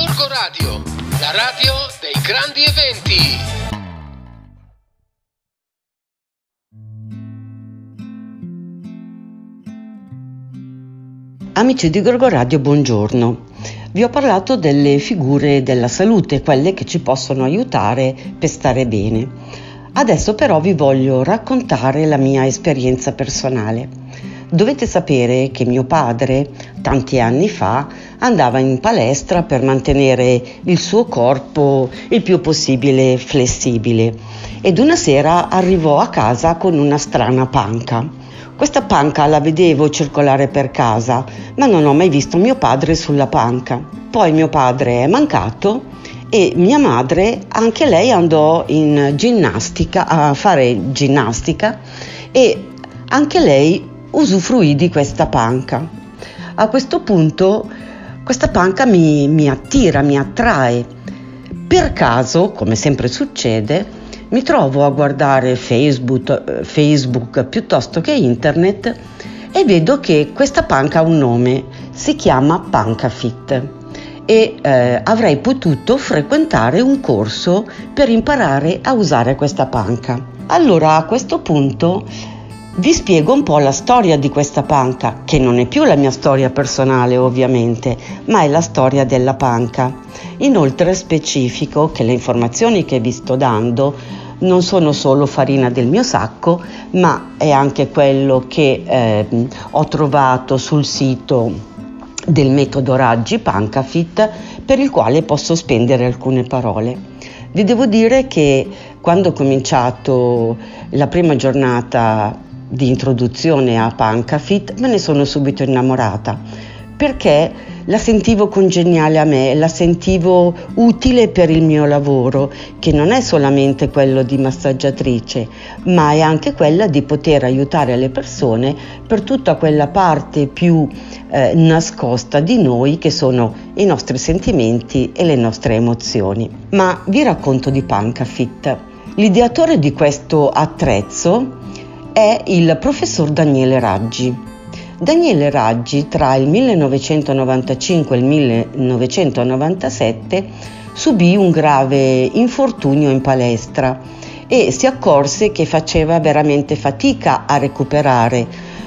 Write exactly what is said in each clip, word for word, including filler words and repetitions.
Gorgo Radio, la radio dei grandi eventi. Amici di Gorgo Radio, buongiorno. Vi ho parlato delle figure della salute, quelle che ci possono aiutare per stare bene. Adesso però vi voglio raccontare la mia esperienza personale. Dovete sapere che mio padre, tanti anni fa, andava in palestra per mantenere il suo corpo il più possibile flessibile ed una sera arrivò a casa con una strana panca. Questa panca la vedevo circolare per casa, ma non ho mai visto mio padre sulla panca. Poi mio padre è mancato e mia madre, anche lei andò in ginnastica, a fare ginnastica, e anche lei usufruì di questa panca. A questo punto questa panca mi, mi attira, mi attrae. Per caso, come sempre succede, mi trovo a guardare Facebook, Facebook piuttosto che internet e vedo che questa panca ha un nome, si chiama Panca Fit, e eh, avrei potuto frequentare un corso per imparare a usare questa panca. Allora a questo punto vi spiego un po' la storia di questa panca, che non è più la mia storia personale ovviamente, ma è la storia della panca. Inoltre specifico che le informazioni che vi sto dando non sono solo farina del mio sacco, ma è anche quello che eh, ho trovato sul sito del metodo Raggi Panca Fit, per il quale posso spendere alcune parole. Vi devo dire che quando ho cominciato la prima giornata di introduzione a Panca Fit me ne sono subito innamorata, perché la sentivo congeniale a me, la sentivo utile per il mio lavoro, che non è solamente quello di massaggiatrice, ma è anche quella di poter aiutare le persone per tutta quella parte più eh, nascosta di noi, che sono i nostri sentimenti e le nostre emozioni. Ma vi racconto di Panca Fit. L'ideatore di questo attrezzo è il professor Daniele Raggi. Daniele Raggi tra il millenovecentonovantacinque e il millenovecentonovantasette subì un grave infortunio in palestra e si accorse che faceva veramente fatica a recuperare,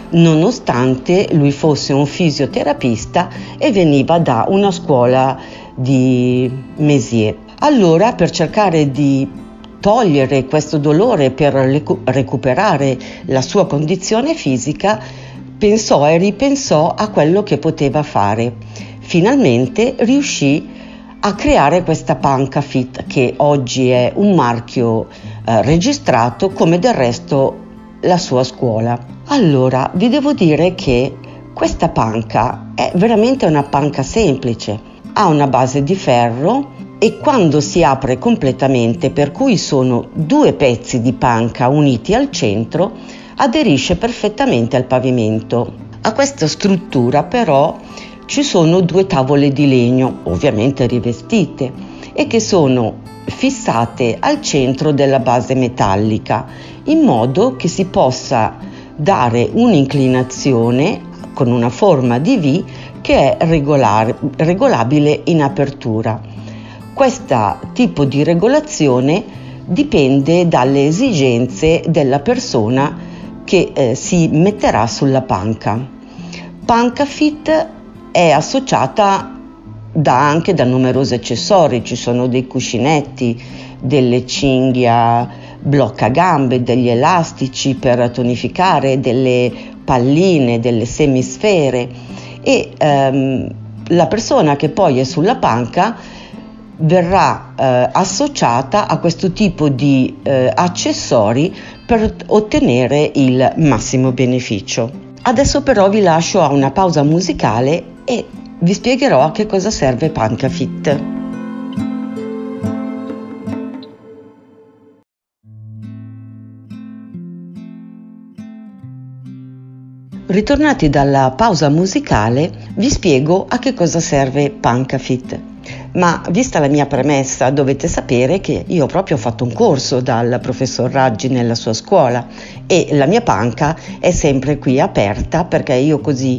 nonostante lui fosse un fisioterapista e veniva da una scuola di Mézières. Allora, per cercare di togliere questo dolore, per recuperare la sua condizione fisica, pensò e ripensò a quello che poteva fare. Finalmente riuscì a creare questa Panca Fit, che oggi è un marchio eh, registrato, come del resto la sua scuola. Allora, vi devo dire che questa panca è veramente una panca semplice, ha una base di ferro e quando si apre completamente, per cui sono due pezzi di panca uniti al centro, aderisce perfettamente al pavimento. A questa struttura però ci sono due tavole di legno, ovviamente rivestite, e che sono fissate al centro della base metallica, in modo che si possa dare un'inclinazione con una forma di V che è regolar- regolabile in apertura. Questo tipo di regolazione dipende dalle esigenze della persona che eh, si metterà sulla panca. Panca Fit è associata da, anche da numerosi accessori, ci sono dei cuscinetti, delle cinghia blocca gambe, degli elastici per tonificare, delle palline, delle semisfere, e ehm, la persona che poi è sulla panca verrà eh, associata a questo tipo di eh, accessori per ottenere il massimo beneficio. Adesso però vi lascio a una pausa musicale e vi spiegherò a che cosa serve Panca Fit. Ritornati dalla pausa musicale, vi spiego a che cosa serve Panca Fit. Ma vista la mia premessa, dovete sapere che io proprio ho fatto un corso dal professor Raggi nella sua scuola e la mia panca è sempre qui aperta, perché io così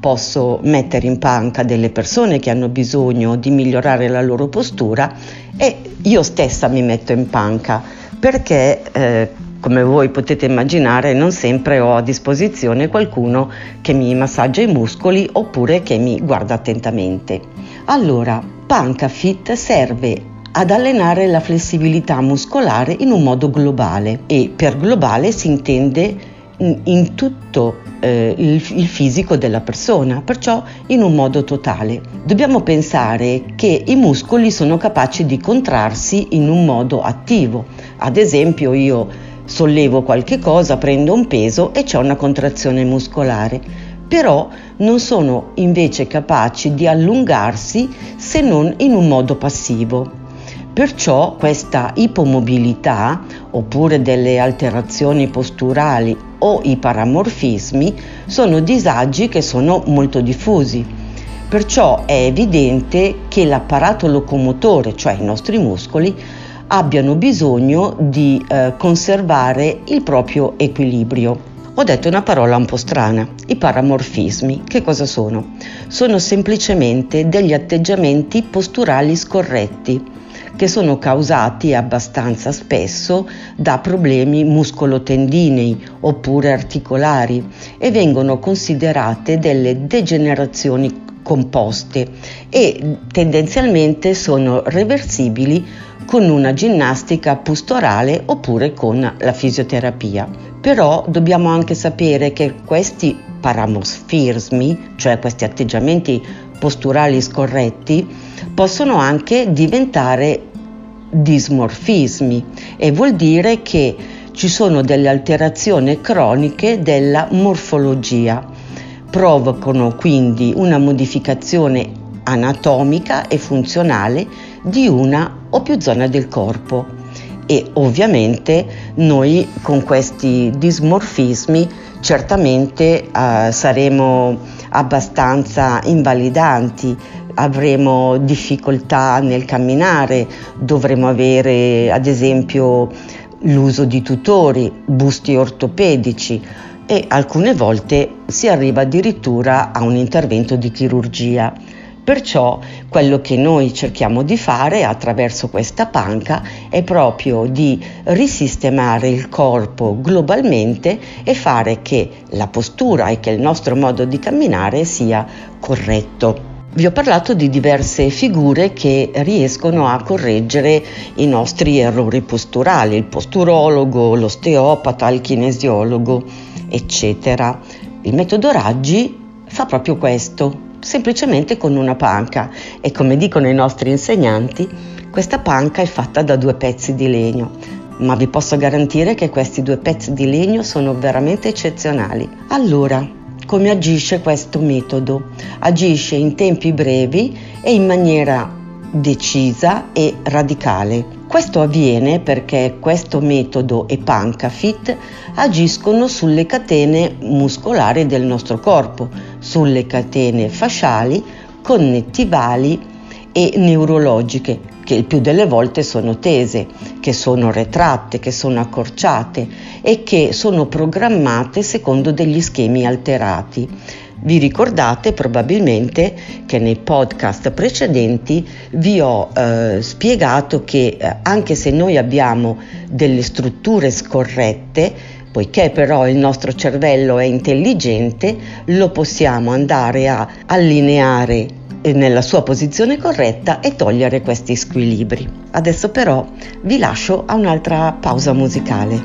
posso mettere in panca delle persone che hanno bisogno di migliorare la loro postura e io stessa mi metto in panca perché eh, come voi potete immaginare non sempre ho a disposizione qualcuno che mi massaggia i muscoli oppure che mi guarda attentamente. Allora, Panca Fit serve ad allenare la flessibilità muscolare in un modo globale e per globale si intende in, in tutto eh, il, il fisico della persona, perciò in un modo totale. Dobbiamo pensare che i muscoli sono capaci di contrarsi in un modo attivo. Ad esempio io sollevo qualche cosa, prendo un peso e c'è una contrazione muscolare, però non sono invece capaci di allungarsi se non in un modo passivo. Perciò questa ipomobilità oppure delle alterazioni posturali o i paramorfismi sono disagi che sono molto diffusi. Perciò è evidente che l'apparato locomotore, cioè i nostri muscoli, abbiano bisogno di eh, conservare il proprio equilibrio. Ho detto una parola un po' strana, i paramorfismi. Che cosa sono? Sono semplicemente degli atteggiamenti posturali scorretti che sono causati abbastanza spesso da problemi muscolotendinei oppure articolari e vengono considerate delle degenerazioni composte e tendenzialmente sono reversibili con una ginnastica posturale oppure con la fisioterapia. Però dobbiamo anche sapere che questi paramorfismi, cioè questi atteggiamenti posturali scorretti, possono anche diventare dismorfismi e vuol dire che ci sono delle alterazioni croniche della morfologia. Provocano quindi una modificazione anatomica e funzionale di una o più zone del corpo e ovviamente noi con questi dismorfismi certamente eh, saremo abbastanza invalidanti, avremo difficoltà nel camminare, dovremo avere ad esempio l'uso di tutori, busti ortopedici e alcune volte si arriva addirittura a un intervento di chirurgia. Perciò quello che noi cerchiamo di fare attraverso questa panca è proprio di risistemare il corpo globalmente e fare che la postura e che il nostro modo di camminare sia corretto. Vi ho parlato di diverse figure che riescono a correggere i nostri errori posturali, il posturologo, l'osteopata, il kinesiologo, eccetera. Il metodo Raggi fa proprio questo, semplicemente con una panca e come dicono i nostri insegnanti, questa panca è fatta da due pezzi di legno, ma vi posso garantire che questi due pezzi di legno sono veramente eccezionali. Allora, come agisce questo metodo? Agisce in tempi brevi e in maniera decisa e radicale. Questo avviene perché questo metodo e Panca Fit agiscono sulle catene muscolari del nostro corpo, sulle catene fasciali, connettivali e neurologiche, che il più delle volte sono tese, che sono retratte, che sono accorciate e che sono programmate secondo degli schemi alterati. Vi ricordate probabilmente che nei podcast precedenti vi ho eh, spiegato che eh, anche se noi abbiamo delle strutture scorrette, poiché però il nostro cervello è intelligente, lo possiamo andare a allineare nella sua posizione corretta e togliere questi squilibri. Adesso però vi lascio a un'altra pausa musicale.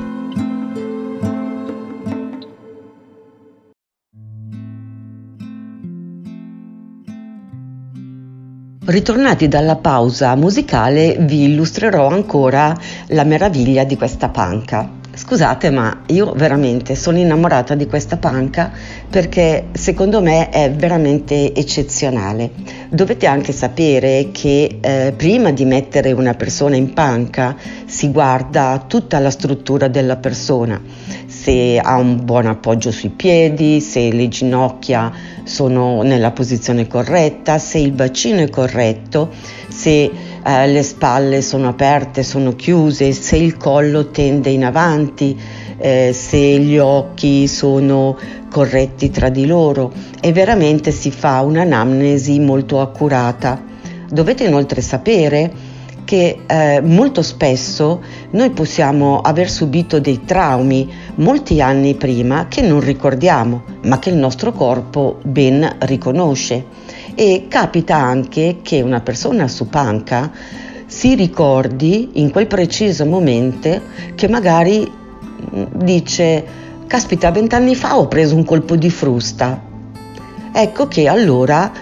Ritornati dalla pausa musicale vi illustrerò ancora la meraviglia di questa panca. Scusate, ma io veramente sono innamorata di questa panca perché secondo me è veramente eccezionale. Dovete anche sapere che eh, prima di mettere una persona in panca si guarda tutta la struttura della persona, se ha un buon appoggio sui piedi, se le ginocchia sono nella posizione corretta, se il bacino è corretto, se eh, le spalle sono aperte, sono chiuse, se il collo tende in avanti, eh, se gli occhi sono corretti tra di loro, e veramente si fa un'anamnesi molto accurata. Dovete inoltre sapere che eh, molto spesso noi possiamo aver subito dei traumi molti anni prima che non ricordiamo, ma che il nostro corpo ben riconosce. E capita anche che una persona su panca si ricordi in quel preciso momento che magari dice: caspita, vent'anni fa ho preso un colpo di frusta. Ecco che allora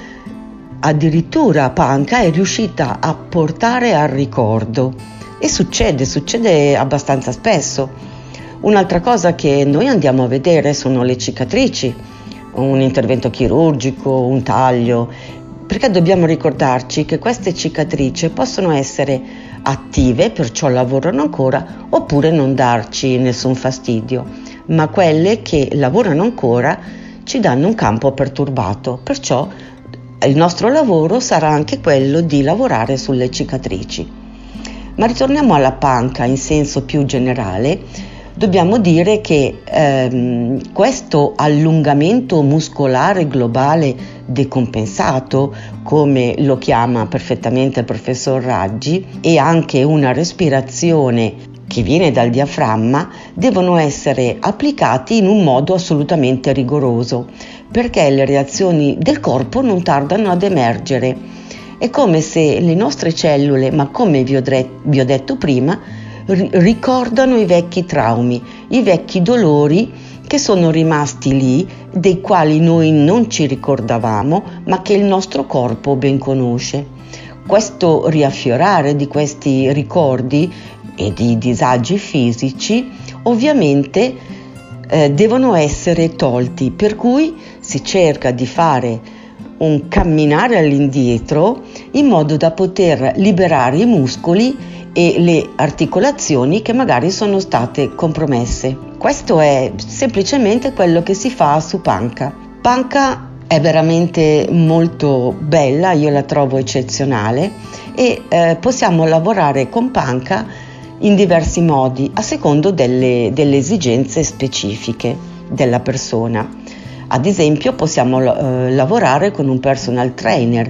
addirittura panca è riuscita a portare al ricordo, e succede, succede abbastanza spesso. Un'altra cosa che noi andiamo a vedere sono le cicatrici, un intervento chirurgico, un taglio, perché dobbiamo ricordarci che queste cicatrici possono essere attive, perciò lavorano ancora, oppure non darci nessun fastidio, ma quelle che lavorano ancora ci danno un campo perturbato, perciò il nostro lavoro sarà anche quello di lavorare sulle cicatrici. Ma ritorniamo alla panca in senso più generale. Dobbiamo dire che ehm, questo allungamento muscolare globale decompensato, come lo chiama perfettamente il professor Raggi, e anche una respirazione che viene dal diaframma, devono essere applicati in un modo assolutamente rigoroso, perché le reazioni del corpo non tardano ad emergere. È come se le nostre cellule, ma come vi ho, dre- vi ho detto prima, ri- ricordano i vecchi traumi, i vecchi dolori che sono rimasti lì, dei quali noi non ci ricordavamo, ma che il nostro corpo ben conosce. Questo riaffiorare di questi ricordi e di disagi fisici ovviamente eh, devono essere tolti, per cui si cerca di fare un camminare all'indietro in modo da poter liberare i muscoli e le articolazioni che magari sono state compromesse. Questo è semplicemente quello che si fa su panca. Panca è veramente molto bella, io la trovo eccezionale, e eh, possiamo lavorare con panca in diversi modi a secondo delle, delle esigenze specifiche della persona. Ad esempio possiamo eh, lavorare con un personal trainer,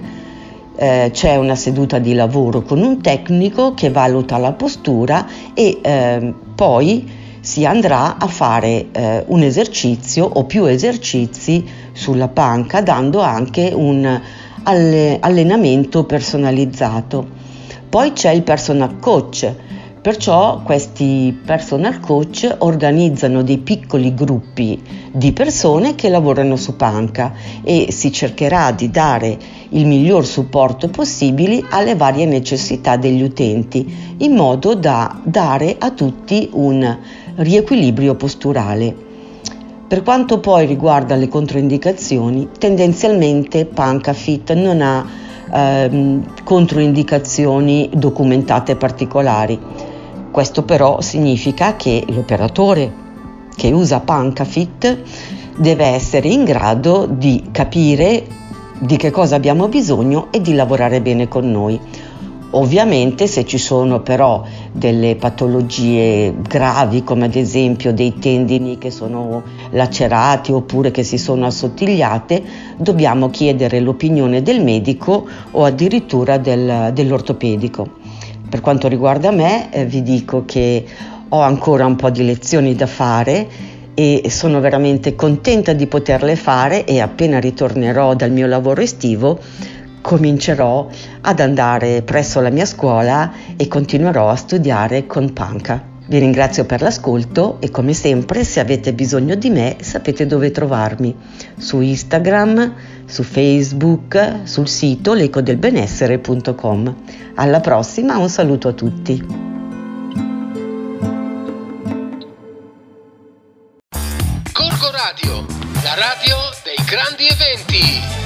eh, c'è una seduta di lavoro con un tecnico che valuta la postura e eh, poi si andrà a fare eh, un esercizio o più esercizi sulla panca, dando anche un alle- allenamento personalizzato. Poi c'è il personal coach. Perciò questi personal coach organizzano dei piccoli gruppi di persone che lavorano su panca e si cercherà di dare il miglior supporto possibile alle varie necessità degli utenti, in modo da dare a tutti un riequilibrio posturale. Per quanto poi riguarda le controindicazioni, tendenzialmente Panca Fit non ha ehm, controindicazioni documentate particolari. Questo però significa che l'operatore che usa Panca Fit deve essere in grado di capire di che cosa abbiamo bisogno e di lavorare bene con noi. Ovviamente se ci sono però delle patologie gravi, come ad esempio dei tendini che sono lacerati oppure che si sono assottigliate, dobbiamo chiedere l'opinione del medico o addirittura del, dell'ortopedico. Per quanto riguarda me, eh, vi dico che ho ancora un po' di lezioni da fare e sono veramente contenta di poterle fare, e appena ritornerò dal mio lavoro estivo comincerò ad andare presso la mia scuola e continuerò a studiare con Panca. Vi ringrazio per l'ascolto e come sempre, se avete bisogno di me, sapete dove trovarmi: su Instagram, su Facebook, sul sito l'ecodelbenessere punto com. Alla prossima, un saluto a tutti. Gorgo Radio, la radio dei grandi eventi.